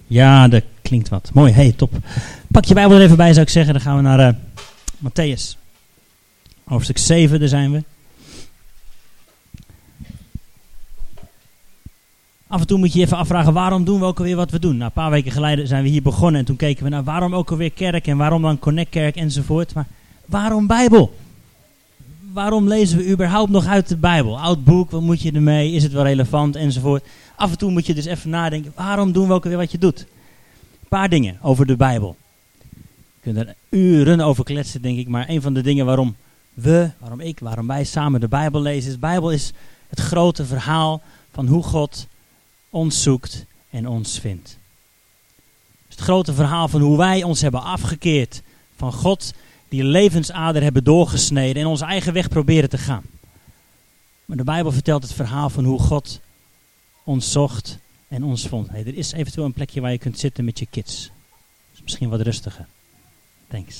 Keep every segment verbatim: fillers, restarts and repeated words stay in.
Ja, dat klinkt wat. Mooi, hey, top. Pak je Bijbel er even bij, zou ik zeggen. Dan gaan we naar uh, Mattheüs. Hoofdstuk zeven, daar zijn we. Af en toe moet je je even afvragen, waarom doen we ook alweer wat we doen? Nou, een paar weken geleden zijn we hier begonnen en toen keken we naar waarom ook alweer kerk en waarom dan Connect Kerk enzovoort. Maar waarom Bijbel? Waarom lezen we überhaupt nog uit de Bijbel? Oud boek, wat moet je ermee? Is het wel relevant enzovoort? Af en toe moet je dus even nadenken, waarom doen we ook alweer wat je doet? Een paar dingen over de Bijbel. Je kunt er uren over kletsen, denk ik, maar een van de dingen waarom we, waarom ik, waarom wij samen de Bijbel lezen, is de Bijbel is het grote verhaal van hoe God ons zoekt en ons vindt. Het is het grote verhaal van hoe wij ons hebben afgekeerd van God, die levensader hebben doorgesneden en onze eigen weg proberen te gaan. Maar de Bijbel vertelt het verhaal van hoe God ons zocht en ons vond. Hey, er is eventueel een plekje waar je kunt zitten met je kids. Dat is misschien wat rustiger. Thanks.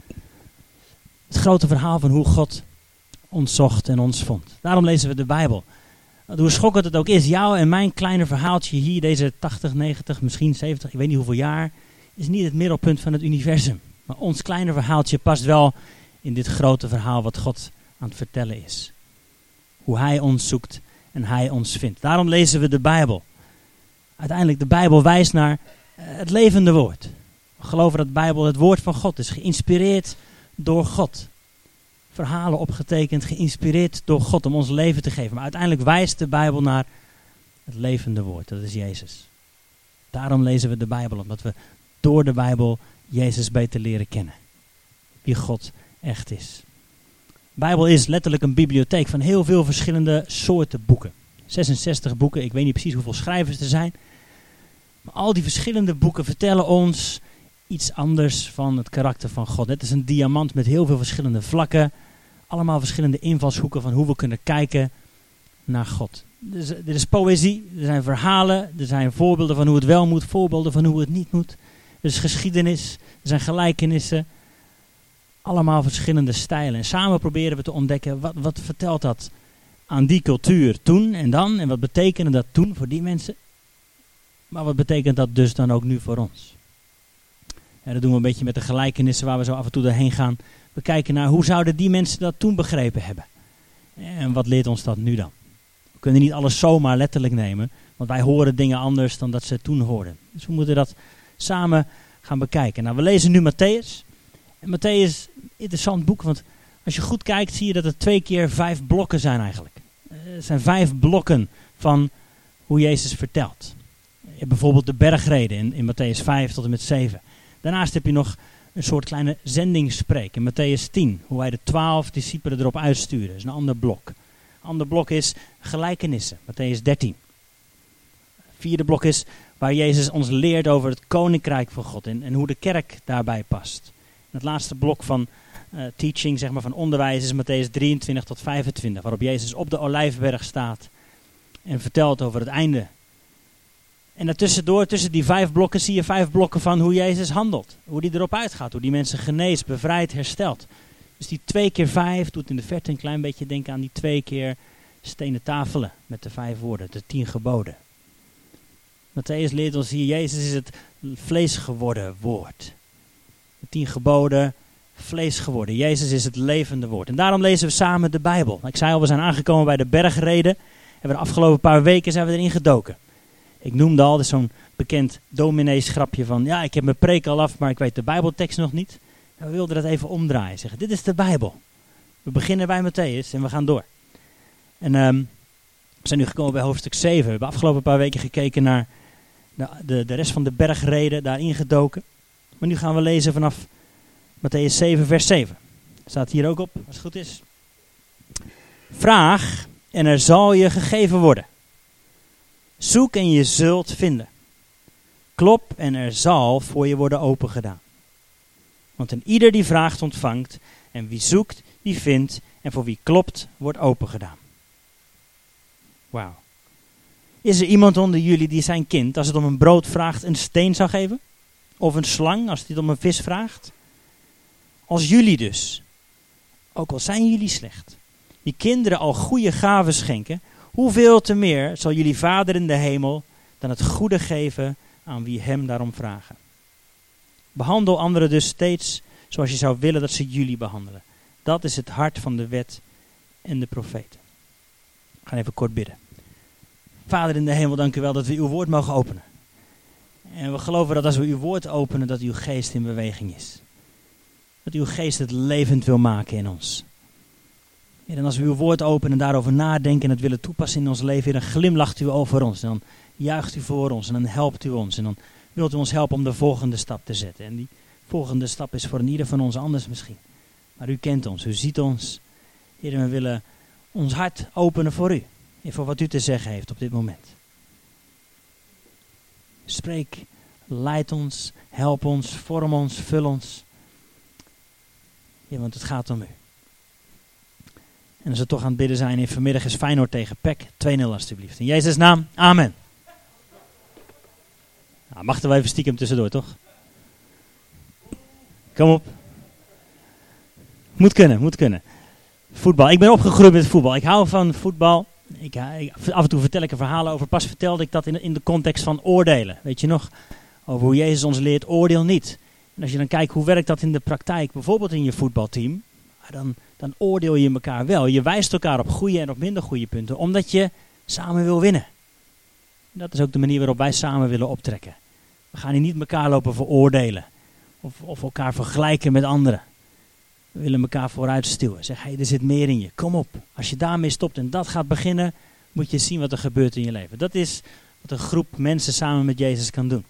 Het grote verhaal van hoe God ons zocht en ons vond. Daarom lezen we de Bijbel. Hoe schokkend het ook is, jouw en mijn kleine verhaaltje hier, deze tachtig, negentig, misschien zeventig, ik weet niet hoeveel jaar, is niet het middelpunt van het universum. Maar ons kleine verhaaltje past wel in dit grote verhaal wat God aan het vertellen is. Hoe hij ons zoekt en hij ons vindt. Daarom lezen we de Bijbel. Uiteindelijk, de Bijbel wijst naar uh, het levende woord. We geloven dat de Bijbel het woord van God is, geïnspireerd door God. Verhalen opgetekend, geïnspireerd door God om ons leven te geven. Maar uiteindelijk wijst de Bijbel naar het levende woord. Dat is Jezus. Daarom lezen we de Bijbel, omdat we door de Bijbel Jezus beter leren kennen. Wie God echt is. De Bijbel is letterlijk een bibliotheek van heel veel verschillende soorten boeken. zesenzestig boeken, ik weet niet precies hoeveel schrijvers er zijn. Maar al die verschillende boeken vertellen ons iets anders van het karakter van God. Het is een diamant met heel veel verschillende vlakken. Allemaal verschillende invalshoeken van hoe we kunnen kijken naar God. Er is, er is poëzie, er zijn verhalen, er zijn voorbeelden van hoe het wel moet, voorbeelden van hoe het niet moet. Er is geschiedenis, er zijn gelijkenissen. Allemaal verschillende stijlen. En samen proberen we te ontdekken, wat, wat vertelt dat aan die cultuur toen en dan? En wat betekende dat toen voor die mensen? Maar wat betekent dat dus dan ook nu voor ons? Ja, dat doen we een beetje met de gelijkenissen waar we zo af en toe doorheen gaan. We kijken naar hoe zouden die mensen dat toen begrepen hebben. En wat leert ons dat nu dan? We kunnen niet alles zomaar letterlijk nemen. Want wij horen dingen anders dan dat ze toen hoorden. Dus we moeten dat samen gaan bekijken. Nou, we lezen nu Mattheüs. En Mattheüs is een interessant boek. Want als je goed kijkt zie je dat er twee keer vijf blokken zijn eigenlijk. Het zijn vijf blokken van hoe Jezus vertelt. Je hebt bijvoorbeeld de bergreden in, in Mattheüs vijf tot en met zeven. Daarnaast heb je nog een soort kleine zendingspreek in Mattheüs tien. Hoe hij de twaalf discipelen erop uitstuurde. Dat is een ander blok. Een ander blok is gelijkenissen. Mattheüs dertien. Het vierde blok is waar Jezus ons leert over het koninkrijk van God. En, en hoe de kerk daarbij past. En het laatste blok van uh, teaching, zeg maar van onderwijs, is Mattheüs drieëntwintig tot vijfentwintig. Waarop Jezus op de Olijfberg staat. En vertelt over het einde. En daartussendoor, tussen die vijf blokken, zie je vijf blokken van hoe Jezus handelt. Hoe die erop uitgaat, hoe die mensen geneest, bevrijdt, herstelt. Dus die twee keer vijf doet in de verte een klein beetje denken aan die twee keer stenen tafelen met de vijf woorden, de tien geboden. Mattheüs leert ons hier, Jezus is het vlees geworden woord. De tien geboden, vlees geworden. Jezus is het levende woord. En daarom lezen we samen de Bijbel. Ik zei al, we zijn aangekomen bij de bergreden. En de afgelopen paar weken zijn we erin gedoken. Ik noemde al, dat is zo'n bekend domineesgrapje van, ja, ik heb mijn preek al af, maar ik weet de Bijbeltekst nog niet. En we wilden dat even omdraaien, zeggen, dit is de Bijbel. We beginnen bij Mattheüs en we gaan door. En um, we zijn nu gekomen bij hoofdstuk zeven. We hebben afgelopen paar weken gekeken naar de, de, de rest van de bergreden, daarin gedoken. Maar nu gaan we lezen vanaf Mattheüs zeven, vers zeven. Staat hier ook op, als het goed is. Vraag en er zal je gegeven worden. Zoek en je zult vinden. Klop en er zal voor je worden opengedaan. Want een ieder die vraagt ontvangt. En wie zoekt die vindt. En voor wie klopt wordt opengedaan. Wauw. Is er iemand onder jullie die zijn kind, als het om een brood vraagt, een steen zou geven? Of een slang als het om een vis vraagt? Als jullie dus, ook al zijn jullie slecht, die kinderen al goede gaven schenken, hoeveel te meer zal jullie Vader in de hemel dan het goede geven aan wie hem daarom vragen. Behandel anderen dus steeds zoals je zou willen dat ze jullie behandelen. Dat is het hart van de wet en de profeten. We gaan even kort bidden. Vader in de hemel, dank u wel dat we uw woord mogen openen. En we geloven dat als we uw woord openen, dat uw geest in beweging is. Dat uw geest het levend wil maken in ons. En als we uw woord openen en daarover nadenken en het willen toepassen in ons leven, dan glimlacht u over ons. En dan juicht u voor ons en dan helpt u ons. En dan wilt u ons helpen om de volgende stap te zetten. En die volgende stap is voor ieder van ons anders misschien. Maar u kent ons, u ziet ons. Heer, we willen ons hart openen voor u. En voor wat u te zeggen heeft op dit moment. Spreek, leid ons, help ons, vorm ons, vul ons. Ja, want het gaat om u. En als we toch aan het bidden zijn, in vanmiddag is Feyenoord tegen P E C. twee nul alstublieft. In Jezus' naam, amen. Nou, mag er wel even stiekem tussendoor, toch? Kom op. Moet kunnen, moet kunnen. Voetbal. Ik ben opgegroeid met voetbal. Ik hou van voetbal. Ik, ik, af en toe vertel ik er verhalen over. Pas vertelde ik dat in, in de context van oordelen. Weet je nog? Over hoe Jezus ons leert, oordeel niet. En als je dan kijkt, hoe werkt dat in de praktijk? Bijvoorbeeld in je voetbalteam. Dan, dan oordeel je elkaar wel. Je wijst elkaar op goede en op minder goede punten. Omdat je samen wil winnen. En dat is ook de manier waarop wij samen willen optrekken. We gaan hier niet elkaar lopen veroordelen. Of, of elkaar vergelijken met anderen. We willen elkaar vooruit stuwen. Zeg, hé, hey, er zit meer in je. Kom op. Als je daarmee stopt en dat gaat beginnen, moet je zien wat er gebeurt in je leven. Dat is wat een groep mensen samen met Jezus kan doen.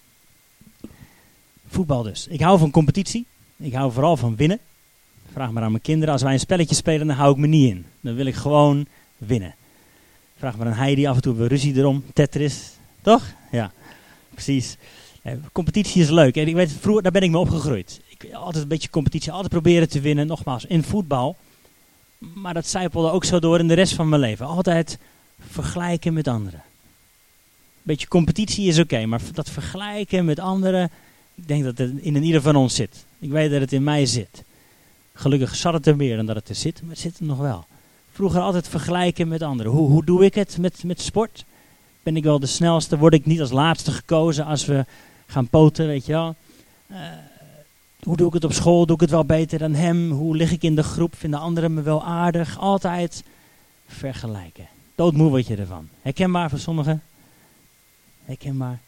Voetbal dus. Ik hou van competitie. Ik hou vooral van winnen. Vraag maar aan mijn kinderen. Als wij een spelletje spelen, dan hou ik me niet in. Dan wil ik gewoon winnen. Vraag maar aan Heidi. Af en toe hebben we ruzie erom. Tetris. Toch? Ja, precies. Eh, competitie is leuk. En ik weet, vroeger, daar ben ik mee opgegroeid. Ik altijd een beetje competitie. Altijd proberen te winnen. Nogmaals, in voetbal. Maar dat zijpelde ook zo door in de rest van mijn leven. Altijd vergelijken met anderen. Een beetje competitie is oké. Okay, maar dat vergelijken met anderen. Ik denk dat het in ieder van ons zit. Ik weet dat het in mij zit. Gelukkig zat het er meer dan dat het er zit, maar het zit er nog wel. Vroeger altijd vergelijken met anderen. Hoe, hoe doe ik het met, met sport? Ben ik wel de snelste? Word ik niet als laatste gekozen als we gaan poten, weet je wel? Uh, hoe doe ik het op school? Doe ik het wel beter dan hem? Hoe lig ik in de groep? Vinden anderen me wel aardig? Altijd vergelijken. Doodmoe word je ervan. Herkenbaar voor sommigen? Herkenbaar.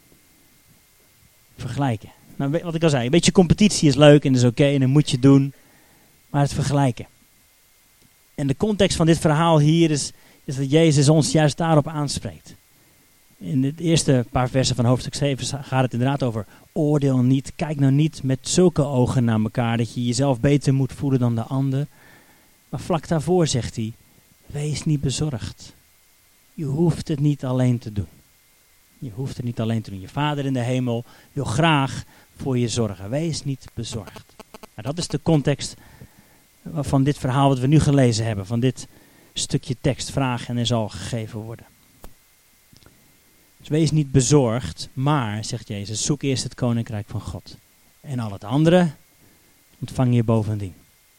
Vergelijken. Nou, wat ik al zei, een beetje competitie is leuk en is oké okay, en dat moet je doen. Maar het vergelijken. En de context van dit verhaal hier is, is dat Jezus ons juist daarop aanspreekt. In de eerste paar versen van hoofdstuk zeven gaat het inderdaad over oordeel niet. Kijk nou niet met zulke ogen naar elkaar dat je jezelf beter moet voelen dan de ander. Maar vlak daarvoor zegt hij, wees niet bezorgd. Je hoeft het niet alleen te doen. Je hoeft het niet alleen te doen. Je Vader in de hemel wil graag voor je zorgen. Wees niet bezorgd. Nou, dat is de context van dit verhaal wat we nu gelezen hebben. Van dit stukje tekst. Vraag en er zal gegeven worden. Dus wees niet bezorgd. Maar, zegt Jezus, zoek eerst het koninkrijk van God. En al het andere ontvang je bovendien.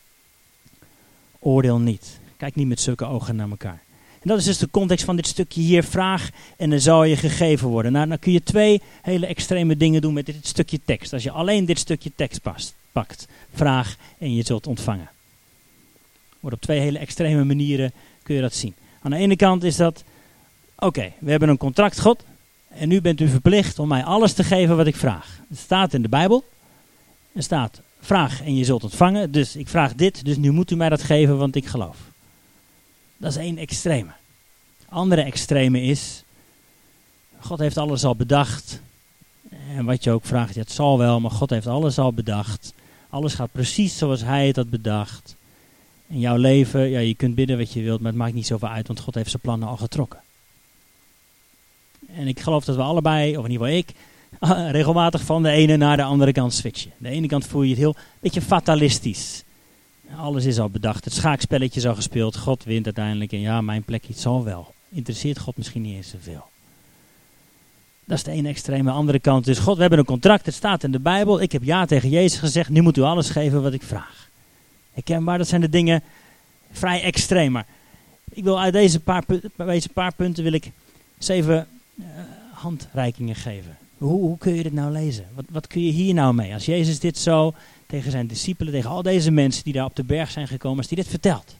Oordeel niet. Kijk niet met zulke ogen naar elkaar. En dat is dus de context van dit stukje hier. Vraag en er zal je gegeven worden. Nou, dan kun je twee hele extreme dingen doen met dit stukje tekst. Als je alleen dit stukje tekst past, pakt. Vraag en je zult ontvangen. Wordt op twee hele extreme manieren kun je dat zien. Aan de ene kant is dat, oké, okay, we hebben een contract, God. En nu bent u verplicht om mij alles te geven wat ik vraag. Het staat in de Bijbel. Er staat, vraag en je zult ontvangen. Dus ik vraag dit, dus nu moet u mij dat geven, want ik geloof. Dat is één extreme. Andere extreme is, God heeft alles al bedacht. En wat je ook vraagt, ja, het zal wel, maar God heeft alles al bedacht. Alles gaat precies zoals hij het had bedacht. In jouw leven, ja, je kunt bidden wat je wilt, maar het maakt niet zoveel uit, want God heeft zijn plannen al getrokken. En ik geloof dat we allebei, of in ieder geval ik, regelmatig van de ene naar de andere kant switchen. De ene kant voel je het heel, beetje fatalistisch. Alles is al bedacht, het schaakspelletje is al gespeeld, God wint uiteindelijk en ja, mijn plekje, het zal wel. Interesseert God misschien niet eens zoveel. Dat is de ene extreme, de andere kant. Dus God, we hebben een contract, het staat in de Bijbel. Ik heb ja tegen Jezus gezegd, nu moet u alles geven wat ik vraag. Herkenbaar, dat zijn de dingen vrij extreem. Maar ik wil uit deze paar, pu- deze paar punten wil ik eens even uh, handreikingen geven. Hoe, hoe kun je dit nou lezen? Wat, wat kun je hier nou mee? Als Jezus dit zo tegen zijn discipelen, tegen al deze mensen die daar op de berg zijn gekomen, als hij dit vertelt.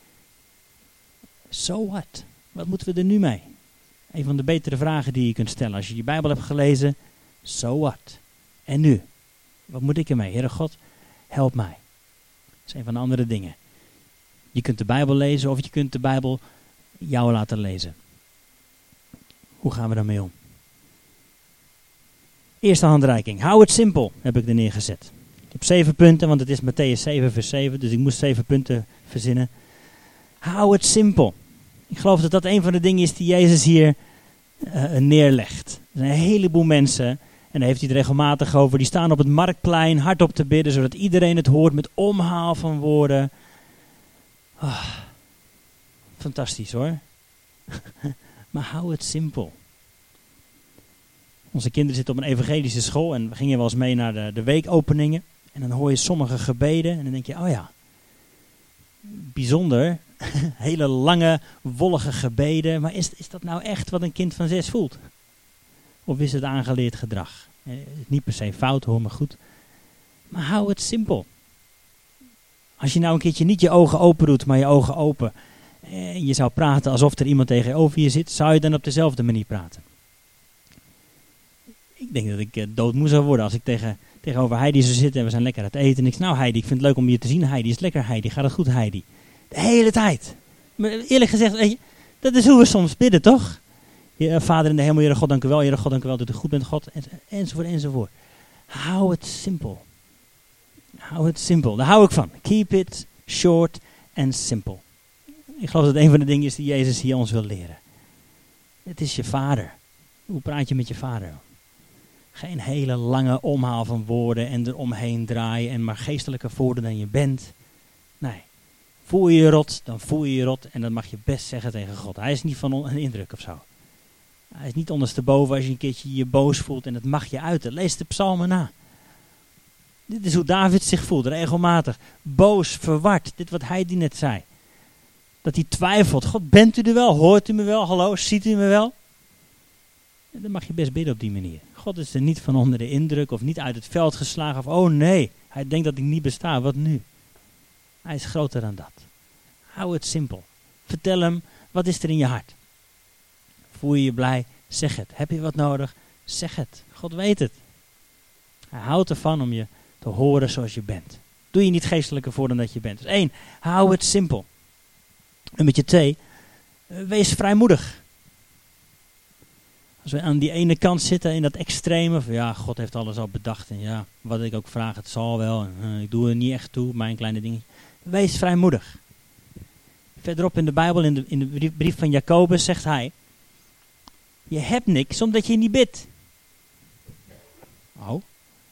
So what? Wat moeten we er nu mee? Een van de betere vragen die je kunt stellen. Als je je Bijbel hebt gelezen, so what? En nu? Wat moet ik ermee? Heere God, help mij. Dat is een van de andere dingen. Je kunt de Bijbel lezen of je kunt de Bijbel jou laten lezen. Hoe gaan we daarmee om? Eerste handreiking. Hou het simpel, heb ik er neergezet. Ik heb zeven punten, want het is Mattheüs zeven vers zeven, dus ik moest zeven punten verzinnen. Hou het simpel. Ik geloof dat dat een van de dingen is die Jezus hier uh, neerlegt. Er zijn een heleboel mensen, en daar heeft hij het regelmatig over, die staan op het marktplein hardop te bidden, zodat iedereen het hoort met omhaal van woorden. Oh, fantastisch hoor. Maar hou het simpel. Onze kinderen zitten op een evangelische school en we gingen wel eens mee naar de, de weekopeningen. En dan hoor je sommige gebeden en dan denk je, oh ja, bijzonder. Hele lange, wollige gebeden. Maar is, is dat nou echt wat een kind van zes voelt? Of is het aangeleerd gedrag? Eh, niet per se fout hoor, maar goed. Maar hou het simpel. Als je nou een keertje niet je ogen open doet, maar je ogen open. En je zou praten alsof er iemand tegenover je zit. Zou je dan op dezelfde manier praten? Ik denk dat ik uh, doodmoe zou worden als ik tegen, tegenover Heidi zou zitten en we zijn lekker aan het eten. En ik zeg, nou Heidi, ik vind het leuk om je te zien. Heidi, is lekker Heidi, gaat het goed Heidi? De hele tijd. Maar eerlijk gezegd, weet je, dat is hoe we soms bidden, toch? Je, uh, Vader in de hemel, Heere God, dank u wel. Heere God, dank u wel dat u goed bent, God. En, enzovoort, enzovoort. Hou het simpel. Hou het simpel. Daar hou ik van. Keep it short and simple. Ik geloof dat het een van de dingen is die Jezus hier ons wil leren. Het is je vader. Hoe praat je met je vader? Geen hele lange omhaal van woorden en eromheen draaien en maar geestelijker worden dan je bent. Nee. Voel je je rot, dan voel je je rot en dat mag je best zeggen tegen God. Hij is niet van een indruk of zo. Hij is niet ondersteboven als je een keertje je boos voelt en dat mag je uiten. Lees de psalmen na. Dit is hoe David zich voelt, regelmatig. Boos, verward. Dit wat hij die net zei. Dat hij twijfelt. God, bent u er wel? Hoort u me wel? Hallo, ziet u me wel? En dan mag je best bidden op die manier. God is er niet van onder de indruk of niet uit het veld geslagen. Of oh nee, hij denkt dat ik niet besta. Wat nu? Hij is groter dan dat. Hou het simpel. Vertel hem, wat is er in je hart? Voel je je blij? Zeg het. Heb je wat nodig? Zeg het. God weet het. Hij houdt ervan om je te horen zoals je bent. Doe je niet geestelijker voor dan dat je bent. Dus één, hou het simpel. Nummer twee, wees vrijmoedig. Als we aan die ene kant zitten in dat extreme van ja, God heeft alles al bedacht en ja, wat ik ook vraag, het zal wel. En, uh, ik doe er niet echt toe, mijn kleine dingetje. Wees vrijmoedig. Verderop in de Bijbel, in de, in de brief, brief van Jacobus, zegt hij, je hebt niks omdat je niet bidt. Oh.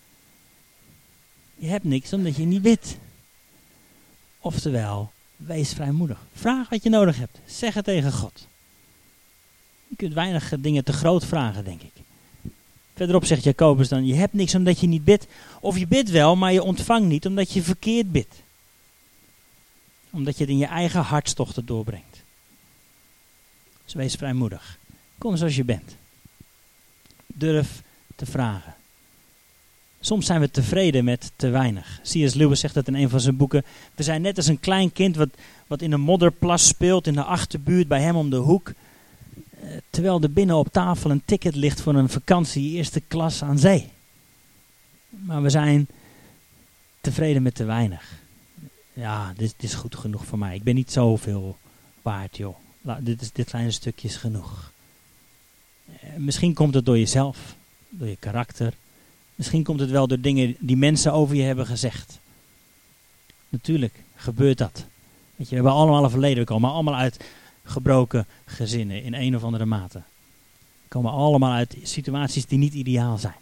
Je hebt niks omdat je niet bidt. Oftewel, wees vrijmoedig. Vraag wat je nodig hebt. Zeg het tegen God. Je kunt weinig dingen te groot vragen, denk ik. Verderop zegt Jacobus dan, je hebt niks omdat je niet bidt. Of je bidt wel, maar je ontvangt niet omdat je verkeerd bidt. Omdat je het in je eigen hartstochten doorbrengt. Dus wees vrijmoedig. Kom zoals je bent. Durf te vragen. Soms zijn we tevreden met te weinig. C S Lewis zegt dat in een van zijn boeken. We zijn net als een klein kind wat, wat in een modderplas speelt in de achterbuurt bij hem om de hoek. Uh, terwijl er binnen op tafel een ticket ligt voor een vakantie eerste klas aan zee. Maar we zijn tevreden met te weinig. Ja, dit, dit is goed genoeg voor mij. Ik ben niet zoveel waard, joh. La, dit, is, dit kleine stukje is genoeg. Uh, misschien komt het door jezelf, door je karakter. Misschien komt het wel door dingen die mensen over je hebben gezegd. Natuurlijk gebeurt dat. Weet je, we hebben allemaal een verleden. We komen allemaal uit gebroken gezinnen in een of andere mate. We komen allemaal uit situaties die niet ideaal zijn.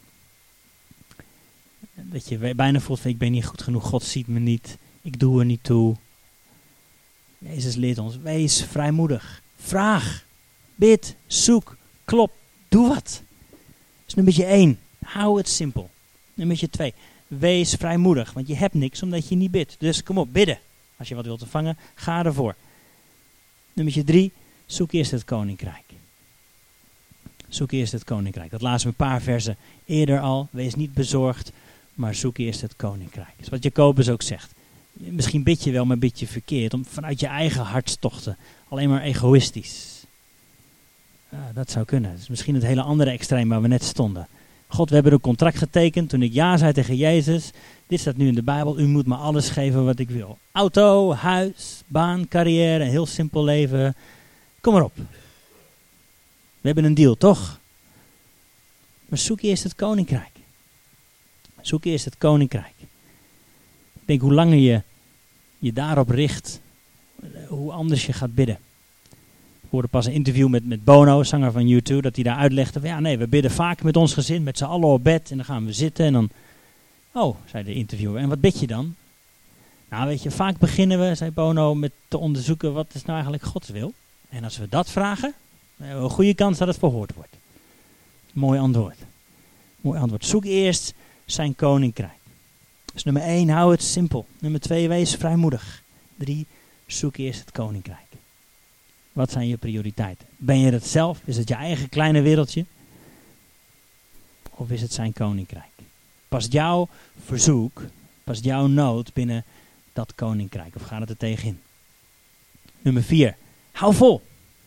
Dat je bijna voelt van ik ben niet goed genoeg. God ziet me niet. Ik doe er niet toe. Jezus leert ons. Wees vrijmoedig. Vraag. Bid. Zoek. Klop. Doe wat. Dat is nummertje één. Hou het simpel. Nummer twee. Wees vrijmoedig. Want je hebt niks omdat je niet bidt. Dus kom op, bidden. Als je wat wilt ontvangen, ga ervoor. Nummer drie. Zoek eerst het koninkrijk. Zoek eerst het koninkrijk. Dat lazen we een paar versen eerder al. Wees niet bezorgd, maar zoek eerst het koninkrijk. Dat is wat Jacobus ook zegt. Misschien bid je wel, maar bid je verkeerd. Om vanuit je eigen hartstochten. Alleen maar egoïstisch. Ja, dat zou kunnen. Dat is misschien het hele andere extreem waar we net stonden. God, we hebben een contract getekend toen ik ja zei tegen Jezus. Dit staat nu in de Bijbel. U moet me alles geven wat ik wil. Auto, huis, baan, carrière, een heel simpel leven. Kom maar op. We hebben een deal, toch? Maar zoek eerst het koninkrijk. Zoek eerst het koninkrijk. Ik denk hoe langer je je daarop richt, hoe anders je gaat bidden. Ik hoorde pas een interview met, met Bono, zanger van U twee, dat hij daar uitlegde van ja nee, we bidden vaak met ons gezin, met z'n allen op bed en dan gaan we zitten en dan, oh, zei de interviewer, en wat bid je dan? Nou weet je, vaak beginnen we, zei Bono, met te onderzoeken wat is nou eigenlijk Gods wil. En als we dat vragen, dan hebben we een goede kans dat het verhoord wordt. Mooi antwoord. Mooi antwoord. Zoek eerst zijn koninkrijk. Dus nummer één, hou het simpel. Nummer twee, wees vrijmoedig. Drie, zoek eerst het koninkrijk. Wat zijn je prioriteiten? Ben je het zelf? Is het je eigen kleine wereldje? Of is het zijn koninkrijk? Past jouw verzoek, past jouw nood binnen dat koninkrijk? Of gaat het er tegenin? Nummer vier, hou vol.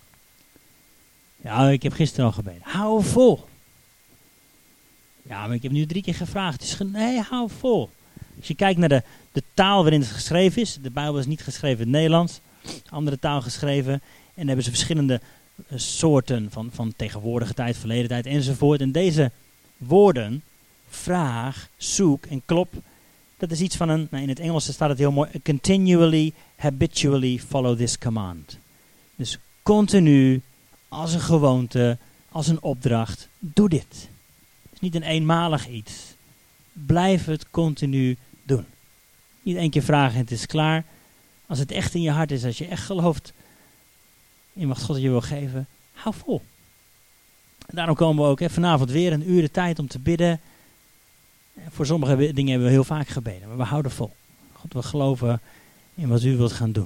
Ja, ik heb gisteren al gebeden. Hou vol. Ja, maar ik heb nu drie keer gevraagd. Dus nee, hou vol. Als je kijkt naar de, de taal waarin het geschreven is. De Bijbel is niet geschreven in het Nederlands. Andere taal geschreven. En dan hebben ze verschillende uh, soorten van, van tegenwoordige tijd, verleden tijd enzovoort. En deze woorden, vraag, zoek en klop. Dat is iets van een, nou in het Engels staat het heel mooi. Continually, habitually follow this command. Dus continu, als een gewoonte, als een opdracht, doe dit. Het is niet een eenmalig iets. Blijf het continu doen. Niet één keer vragen en het is klaar. Als het echt in je hart is, als je echt gelooft in wat God je wil geven, hou vol. En daarom komen we ook hè, vanavond weer een uur de tijd om te bidden. En voor sommige dingen hebben we heel vaak gebeden, maar we houden vol. God, we geloven in wat u wilt gaan doen.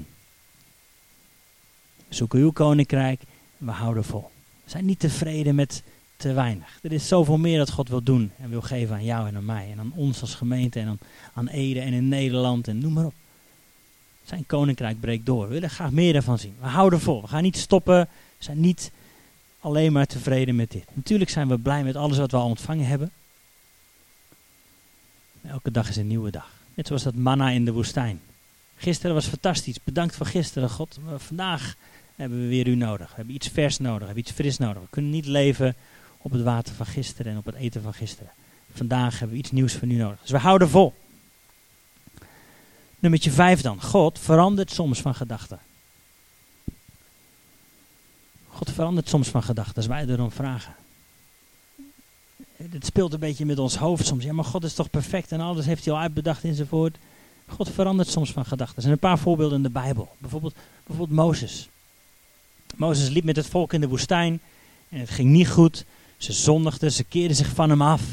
We zoeken uw koninkrijk en we houden vol. We zijn niet tevreden met te weinig. Er is zoveel meer dat God wil doen en wil geven aan jou en aan mij. En aan ons als gemeente en aan, aan Ede en in Nederland en noem maar op. Zijn koninkrijk breekt door. We willen graag meer daarvan zien. We houden vol. We gaan niet stoppen. We zijn niet alleen maar tevreden met dit. Natuurlijk zijn we blij met alles wat we al ontvangen hebben. Elke dag is een nieuwe dag. Net zoals dat manna in de woestijn. Gisteren was fantastisch. Bedankt voor gisteren, God. Maar vandaag hebben we weer u nodig. We hebben iets vers nodig. We hebben iets fris nodig. We kunnen niet leven op het water van gisteren en op het eten van gisteren. Vandaag hebben we iets nieuws van u nodig. Dus we houden vol. Nummertje vijf dan. God verandert soms van gedachten. God verandert soms van gedachten als wij erom vragen. Het speelt een beetje met ons hoofd soms. Ja, maar God is toch perfect en alles heeft hij al uitbedacht enzovoort. God verandert soms van gedachten. Er zijn een paar voorbeelden in de Bijbel. Bijvoorbeeld, bijvoorbeeld Mozes. Mozes liep met het volk in de woestijn en het ging niet goed. Ze zondigden, ze keerden zich van hem af.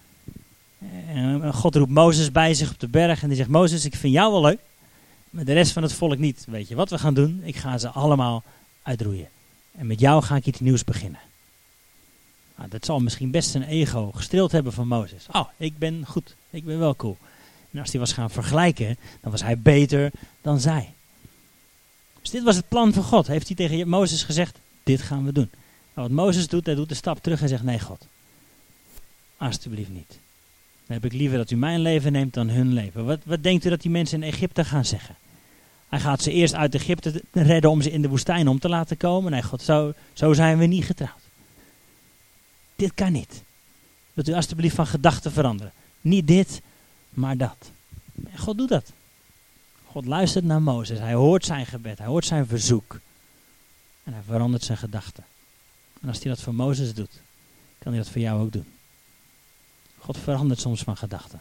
En God roept Mozes bij zich op de berg en die zegt, Mozes, ik vind jou wel leuk, maar de rest van het volk niet. Weet je wat we gaan doen? Ik ga ze allemaal uitroeien. En met jou ga ik iets nieuws beginnen. Nou, dat zal misschien best zijn ego gestreeld hebben van Mozes. Oh, ik ben goed. Ik ben wel cool. En als hij was gaan vergelijken, dan was hij beter dan zij. Dus dit was het plan van God. Heeft hij tegen Mozes gezegd, dit gaan we doen. Nou, wat Mozes doet, hij doet een stap terug en zegt, nee God, alsjeblieft niet. Dan heb ik liever dat u mijn leven neemt dan hun leven. Wat, wat denkt u dat die mensen in Egypte gaan zeggen? Hij gaat ze eerst uit Egypte redden om ze in de woestijn om te laten komen. Nee God, zo, zo zijn we niet getrouwd. Dit kan niet. Wilt u alsjeblieft van gedachten veranderen. Niet dit, maar dat. En God doet dat. God luistert naar Mozes. Hij hoort zijn gebed. Hij hoort zijn verzoek. En hij verandert zijn gedachten. En als hij dat voor Mozes doet, kan hij dat voor jou ook doen. God verandert soms van gedachten.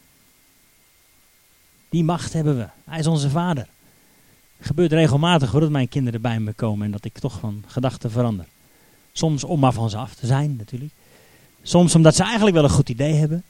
Die macht hebben we. Hij is onze vader. Het gebeurt regelmatig hoor, dat mijn kinderen bij me komen en dat ik toch van gedachten verander. Soms om maar van ze af te zijn natuurlijk. Soms omdat ze eigenlijk wel een goed idee hebben.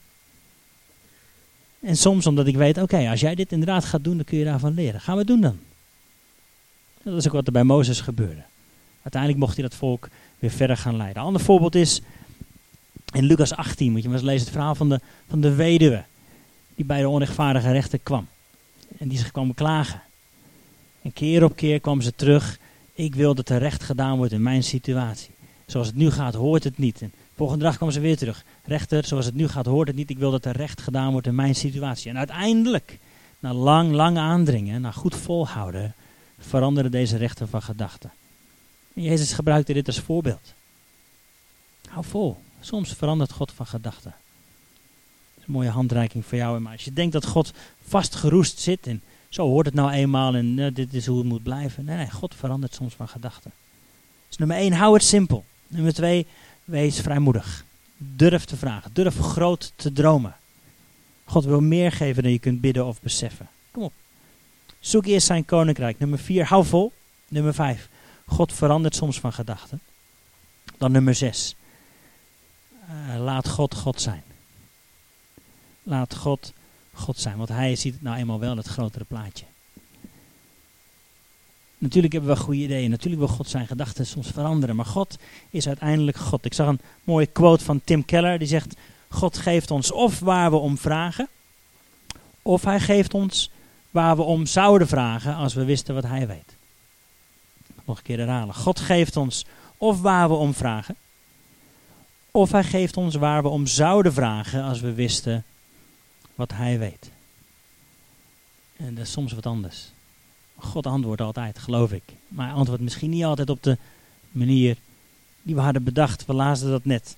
En soms omdat ik weet, oké, okay, als jij dit inderdaad gaat doen, dan kun je daarvan leren. Gaan we het doen dan. Dat is ook wat er bij Mozes gebeurde. Uiteindelijk mocht hij dat volk weer verder gaan leiden. Een ander voorbeeld is in Lucas achttien, moet je maar eens lezen, het verhaal van de, van de weduwe die bij de onrechtvaardige rechter kwam. En die zich kwam beklagen. En keer op keer kwam ze terug. Ik wil dat er recht gedaan wordt in mijn situatie. Zoals het nu gaat, hoort het niet. En volgende dag kwam ze weer terug. Rechter, zoals het nu gaat, hoort het niet. Ik wil dat er recht gedaan wordt in mijn situatie. En uiteindelijk, na lang, lang aandringen, na goed volhouden, veranderde deze rechter van gedachten. En Jezus gebruikte dit als voorbeeld. Hou vol. Soms verandert God van gedachten. Dat is een mooie handreiking voor jou en mij. Als je denkt dat God vastgeroest zit en zo hoort het nou eenmaal en uh, dit is hoe het moet blijven. Nee, nee, God verandert soms van gedachten. Dus nummer één, hou het simpel. Nummer twee, wees vrijmoedig. Durf te vragen. Durf groot te dromen. God wil meer geven dan je kunt bidden of beseffen. Kom op. Zoek eerst zijn koninkrijk. Nummer vier, hou vol. Nummer vijf, God verandert soms van gedachten. Dan nummer zes, uh, laat God God zijn. Laat God God zijn, want hij ziet nou eenmaal wel het grotere plaatje. Natuurlijk hebben we goede ideeën, natuurlijk wil God zijn gedachten soms veranderen, maar God is uiteindelijk God. Ik zag een mooie quote van Tim Keller, die zegt, God geeft ons of waar we om vragen, of hij geeft ons waar we om zouden vragen als we wisten wat hij weet. Nog een keer herhalen. God geeft ons of waar we om vragen, of hij geeft ons waar we om zouden vragen als we wisten wat hij weet. En dat is soms wat anders. God antwoordt altijd, geloof ik. Maar hij antwoordt misschien niet altijd op de manier die we hadden bedacht. We lazen dat net.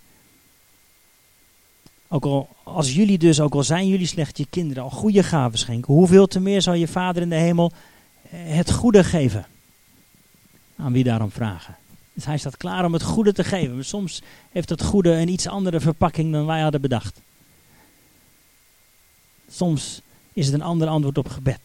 Ook al, als jullie dus, ook al zijn jullie slecht, je kinderen al goede gaven schenken, hoeveel te meer zal je Vader in de hemel het goede geven aan wie daarom vragen. Dus hij staat klaar om het goede te geven. Maar soms heeft het goede een iets andere verpakking dan wij hadden bedacht. Soms is het een ander antwoord op gebed.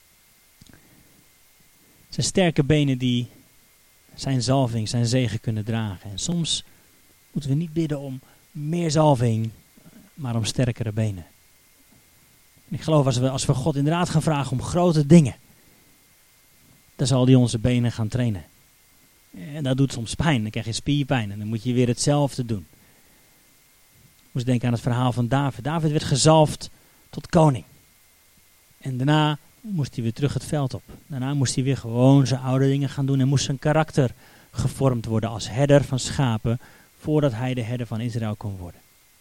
Het zijn sterke benen die zijn zalving, zijn zegen kunnen dragen. En soms moeten we niet bidden om meer zalving, maar om sterkere benen. En ik geloof als we, als we God inderdaad gaan vragen om grote dingen, dan zal hij onze benen gaan trainen. En dat doet soms pijn, dan krijg je spierpijn en dan moet je weer hetzelfde doen. Ik moest denken aan het verhaal van David. David werd gezalfd tot koning. En daarna moest hij weer terug het veld op. Daarna moest hij weer gewoon zijn oude dingen gaan doen en moest zijn karakter gevormd worden als herder van schapen, voordat hij de herder van Israël kon worden.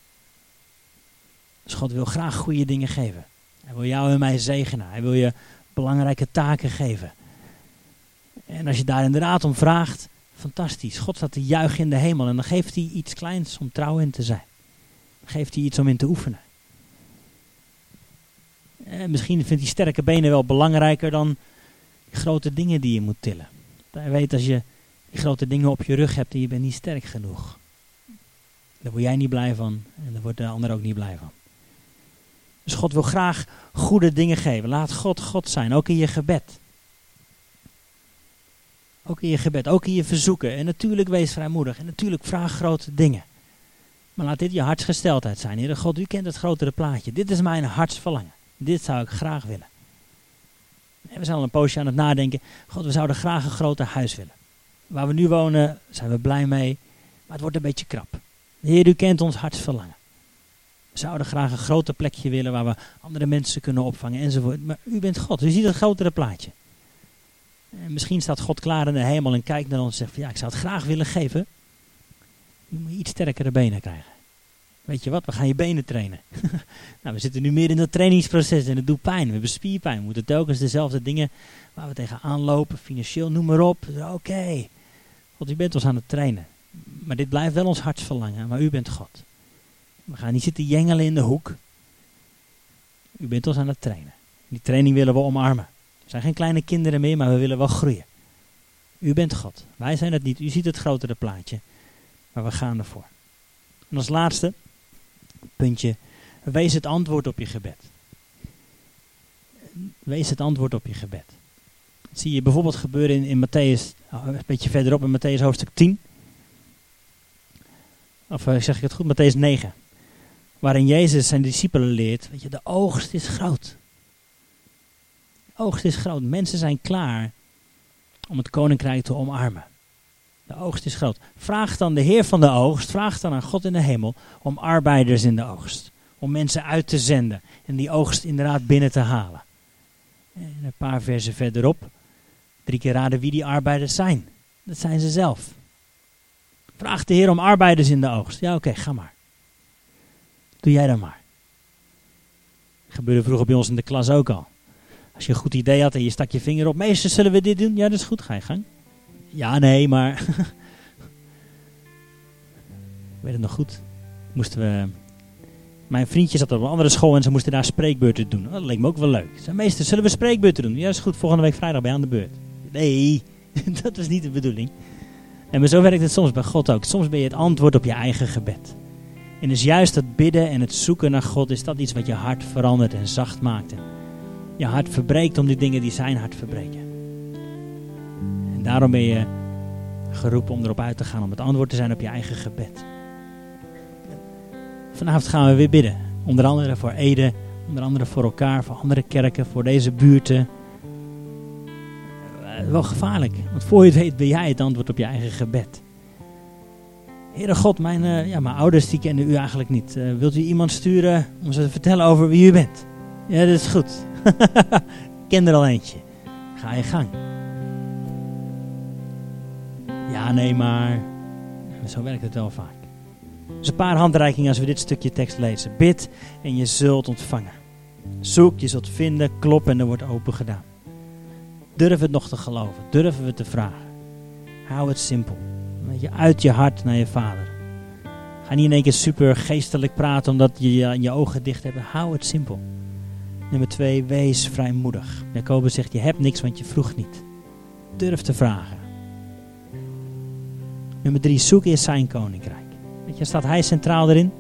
Dus God wil graag goede dingen geven. Hij wil jou en mij zegenen. Hij wil je belangrijke taken geven. En als je daar inderdaad om vraagt, fantastisch. God staat te juichen in de hemel en dan geeft hij iets kleins om trouw in te zijn. Dan geeft hij iets om in te oefenen. En misschien vindt hij sterke benen wel belangrijker dan die grote dingen die je moet tillen. Hij weet als je die grote dingen op je rug hebt en je bent niet sterk genoeg. Daar word jij niet blij van en daar wordt de ander ook niet blij van. Dus God wil graag goede dingen geven. Laat God God zijn, ook in je gebed. Ook in je gebed, ook in je verzoeken. En natuurlijk wees vrijmoedig. En natuurlijk vraag grote dingen. Maar laat dit je hartsgesteldheid zijn. Heere God, u kent het grotere plaatje. Dit is mijn hartsverlangen. Dit zou ik graag willen. En we zijn al een poosje aan het nadenken. God, we zouden graag een groter huis willen. Waar we nu wonen zijn we blij mee. Maar het wordt een beetje krap. Heer, u kent ons hartsverlangen. We zouden graag een groter plekje willen waar we andere mensen kunnen opvangen enzovoort. Maar u bent God, u ziet het grotere plaatje. En misschien staat God klaar in de hemel en kijkt naar ons en zegt van ja, ik zou het graag willen geven. Nu moet je iets sterkere benen krijgen. Weet je wat, we gaan je benen trainen. Nou, we zitten nu meer in dat trainingsproces en het doet pijn. We hebben spierpijn. We moeten telkens dezelfde dingen waar we tegenaan lopen, financieel, noem maar op. Oké, okay. God, u bent ons aan het trainen. Maar dit blijft wel ons hartsverlangen, maar u bent God. We gaan niet zitten jengelen in de hoek. U bent ons aan het trainen. Die training willen we omarmen. We zijn geen kleine kinderen meer, maar we willen wel groeien. U bent God. Wij zijn het niet. U ziet het grotere plaatje. Maar we gaan ervoor. En als laatste puntje. Wees het antwoord op je gebed. Wees het antwoord op je gebed. Dat zie je bijvoorbeeld gebeuren in, in Matthäus, een beetje verderop in Matthäus hoofdstuk tien. Of zeg ik het goed, Matthäus negen. Waarin Jezus zijn discipelen leert, weet je, de oogst is groot. De oogst is groot. Mensen zijn klaar om het koninkrijk te omarmen. De oogst is groot. Vraag dan de Heer van de oogst, vraag dan aan God in de hemel om arbeiders in de oogst. Om mensen uit te zenden en die oogst inderdaad binnen te halen. En een paar versen verderop, drie keer raden wie die arbeiders zijn. Dat zijn ze zelf. Vraag de Heer om arbeiders in de oogst. Ja, oké, okay, ga maar. Doe jij dan maar. Dat gebeurde vroeger bij ons in de klas ook al. Als je een goed idee had en je stak je vinger op. Meester, zullen we dit doen? Ja, dat is goed, ga je gang. Ja, nee, maar... Ik weet het nog goed. Moesten we... Mijn vriendje zat op een andere school en ze moesten daar spreekbeurten doen. Dat leek me ook wel leuk. Ik zei, meester, zullen we spreekbeurten doen? Ja, dat is goed, volgende week vrijdag ben je aan de beurt. Nee, dat was niet de bedoeling. En maar zo werkt het soms bij God ook. Soms ben je het antwoord op je eigen gebed. En dus juist het bidden en het zoeken naar God, is dat iets wat je hart verandert en zacht maakt. En je hart verbreekt om die dingen die zijn hart verbreken. En daarom ben je geroepen om erop uit te gaan, om het antwoord te zijn op je eigen gebed. Vanavond gaan we weer bidden. Onder andere voor Ede, onder andere voor elkaar, voor andere kerken, voor deze buurten. Uh, wel gevaarlijk, want voor je het weet ben jij het antwoord op je eigen gebed. Heere God, mijn, uh, ja, mijn ouders die kennen u eigenlijk niet. Uh, wilt u iemand sturen om ze te vertellen over wie u bent? Ja, dat is goed. Ik ken er al eentje. Ga je gang. Ja, nee, maar... Zo werkt het wel vaak. Dus een paar handreikingen als we dit stukje tekst lezen. Bid en je zult ontvangen. Zoek, je zult vinden, klop en er wordt open gedaan. Durf het nog te geloven. Durven we te vragen. Hou het simpel. Weet je, uit je hart naar je vader. Ga niet in één keer super geestelijk praten omdat je je, je ogen dicht hebt. Hou het simpel. Nummer twee, wees vrijmoedig. Jacobus zegt, je hebt niks want je vroeg niet. Durf te vragen. Nummer drie, zoek eerst zijn koninkrijk. Weet je, staat hij centraal erin?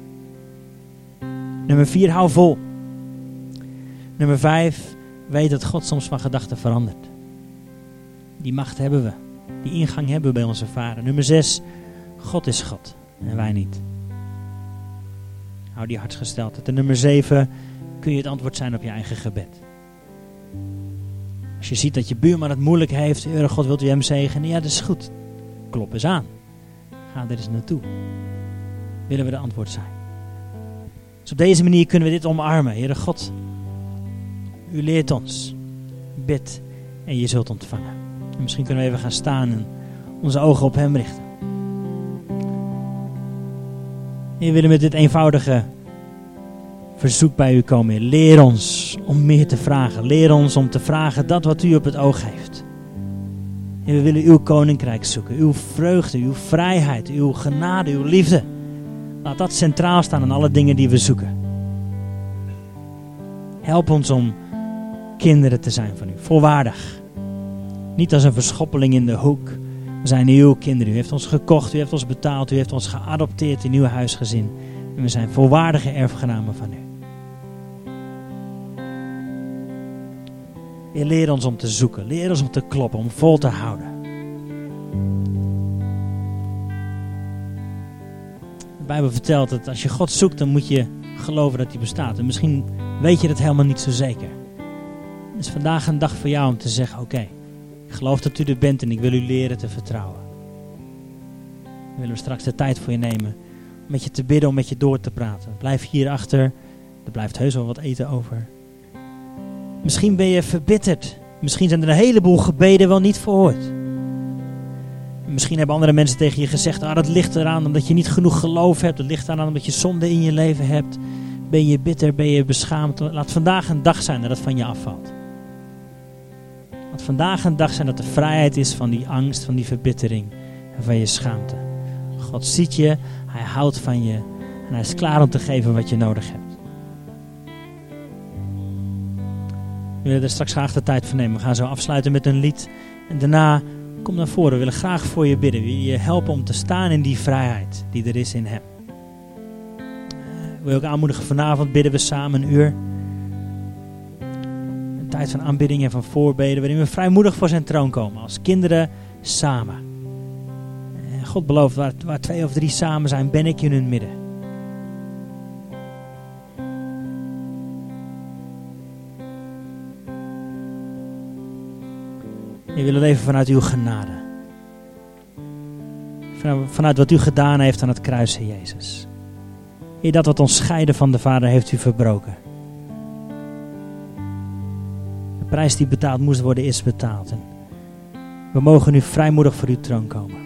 Nummer vier, hou vol. Nummer vijf, weet dat God soms van gedachten verandert. Die macht hebben we. Die ingang hebben we bij onze vader. Nummer zes, God is God en wij niet. Hou die hartsgesteldheid. En nummer zeven, kun je het antwoord zijn op je eigen gebed. Als je ziet dat je buurman het moeilijk heeft, Heere God, wilt u hem zegenen? Ja, dat is goed. Klop eens aan. Ga er eens naartoe. Willen we de antwoord zijn. Dus op deze manier kunnen we dit omarmen. Heere God, u leert ons. Bid en je zult ontvangen. En misschien kunnen we even gaan staan en onze ogen op hem richten. Heer, we willen met dit eenvoudige verzoek bij u komen. Heer. Leer ons om meer te vragen. Leer ons om te vragen dat wat u op het oog heeft. En we willen uw koninkrijk zoeken. Uw vreugde, uw vrijheid, uw genade, uw liefde. Laat dat centraal staan in alle dingen die we zoeken. Help ons om kinderen te zijn van u. Volwaardig. Niet als een verschoppeling in de hoek. We zijn uw kinderen. U heeft ons gekocht, u heeft ons betaald, u heeft ons geadopteerd in uw huisgezin. En we zijn volwaardige erfgenamen van u. Heer, leer ons om te zoeken. Leer ons om te kloppen, om vol te houden. De Bijbel vertelt dat als je God zoekt, dan moet je geloven dat hij bestaat. En misschien weet je dat helemaal niet zo zeker. Het is vandaag een dag voor jou om te zeggen, oké, okay, ik geloof dat u er bent en ik wil u leren te vertrouwen. Dan willen we straks de tijd voor je nemen om met je te bidden, om met je door te praten. Blijf hierachter, er blijft heus wel wat eten over. Misschien ben je verbitterd. Misschien zijn er een heleboel gebeden wel niet verhoord. Misschien hebben andere mensen tegen je gezegd, ah, dat ligt eraan omdat je niet genoeg geloof hebt. Dat ligt eraan omdat je zonde in je leven hebt. Ben je bitter, ben je beschaamd. Laat vandaag een dag zijn dat het van je afvalt. Laat vandaag een dag zijn dat er vrijheid is van die angst, van die verbittering en van je schaamte. God ziet je, hij houdt van je en hij is klaar om te geven wat je nodig hebt. We willen er straks graag de tijd voor nemen. We gaan zo afsluiten met een lied. En daarna, kom naar voren. We willen graag voor je bidden. We willen je helpen om te staan in die vrijheid die er is in hem. Ik wil ook aanmoedigen, vanavond bidden we samen een uur. Een tijd van aanbidding en van voorbeden. Waarin we vrijmoedig voor zijn troon komen. Als kinderen samen. En God belooft, waar, waar twee of drie samen zijn, ben ik in hun midden. We willen leven vanuit uw genade. Vanuit wat u gedaan heeft aan het kruis, Heer Jezus. Heer, dat wat ons scheiden van de Vader heeft u verbroken. De prijs die betaald moest worden is betaald. En we mogen nu vrijmoedig voor uw troon komen.